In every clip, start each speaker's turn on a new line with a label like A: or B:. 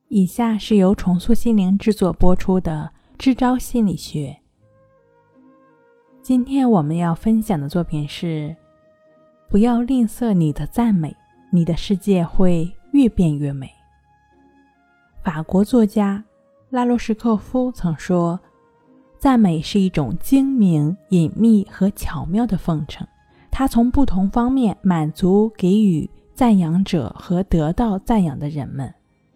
A: 以下是由重塑心灵制作播出的支招心理学。今天我们要分享的作品是：不要吝啬你的赞美，你的世界会越变越美。法国作家拉罗什克夫曾说，赞美是一种精明、隐秘和巧妙的奉承，它从不同方面满足给予赞扬者和得到赞扬的人们。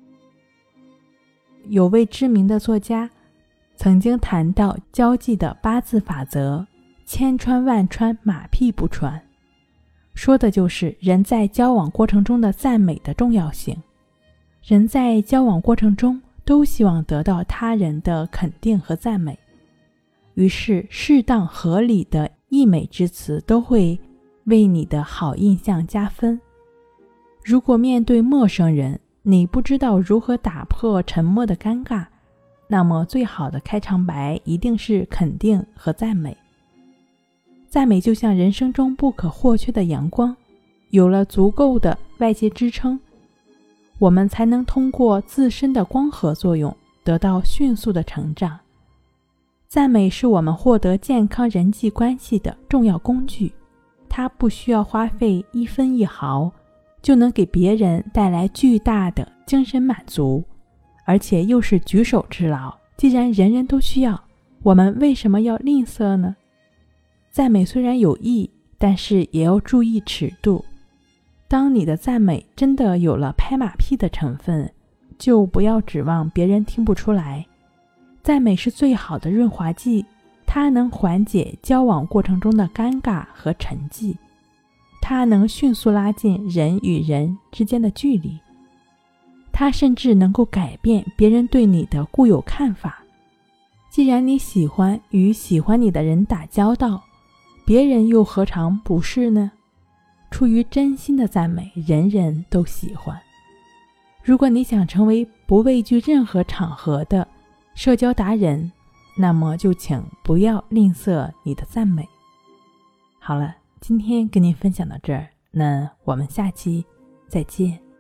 A: 有位知名的作家曾经谈到交际的8字法则，千穿万穿，马屁不穿，说的就是人在交往过程中的赞美的重要性。人在交往过程中都希望得到他人的肯定和赞美，于是适当合理的溢美之词都会为你的好印象加分。如果面对陌生人，你不知道如何打破沉默的尴尬，那么最好的开场白一定是肯定和赞美。赞美就像人生中不可或缺的阳光，有了足够的外界支撑，我们才能通过自身的光合作用得到迅速的成长。赞美是我们获得健康人际关系的重要工具，它不需要花费1分1毫就能给别人带来巨大的精神满足，而且又是举手之劳。既然人人都需要，我们为什么要吝啬呢？赞美虽然有益，但是也要注意尺度。当你的赞美真的有了拍马屁的成分，就不要指望别人听不出来。赞美是最好的润滑剂，它能缓解交往过程中的尴尬和沉寂，它能迅速拉近人与人之间的距离，它甚至能够改变别人对你的固有看法。既然你喜欢与喜欢你的人打交道，别人又何尝不是呢？出于真心的赞美，人人都喜欢。如果你想成为不畏惧任何场合的社交达人，那么就请不要吝啬你的赞美。好了，今天跟您分享到这儿，那我们下期再见。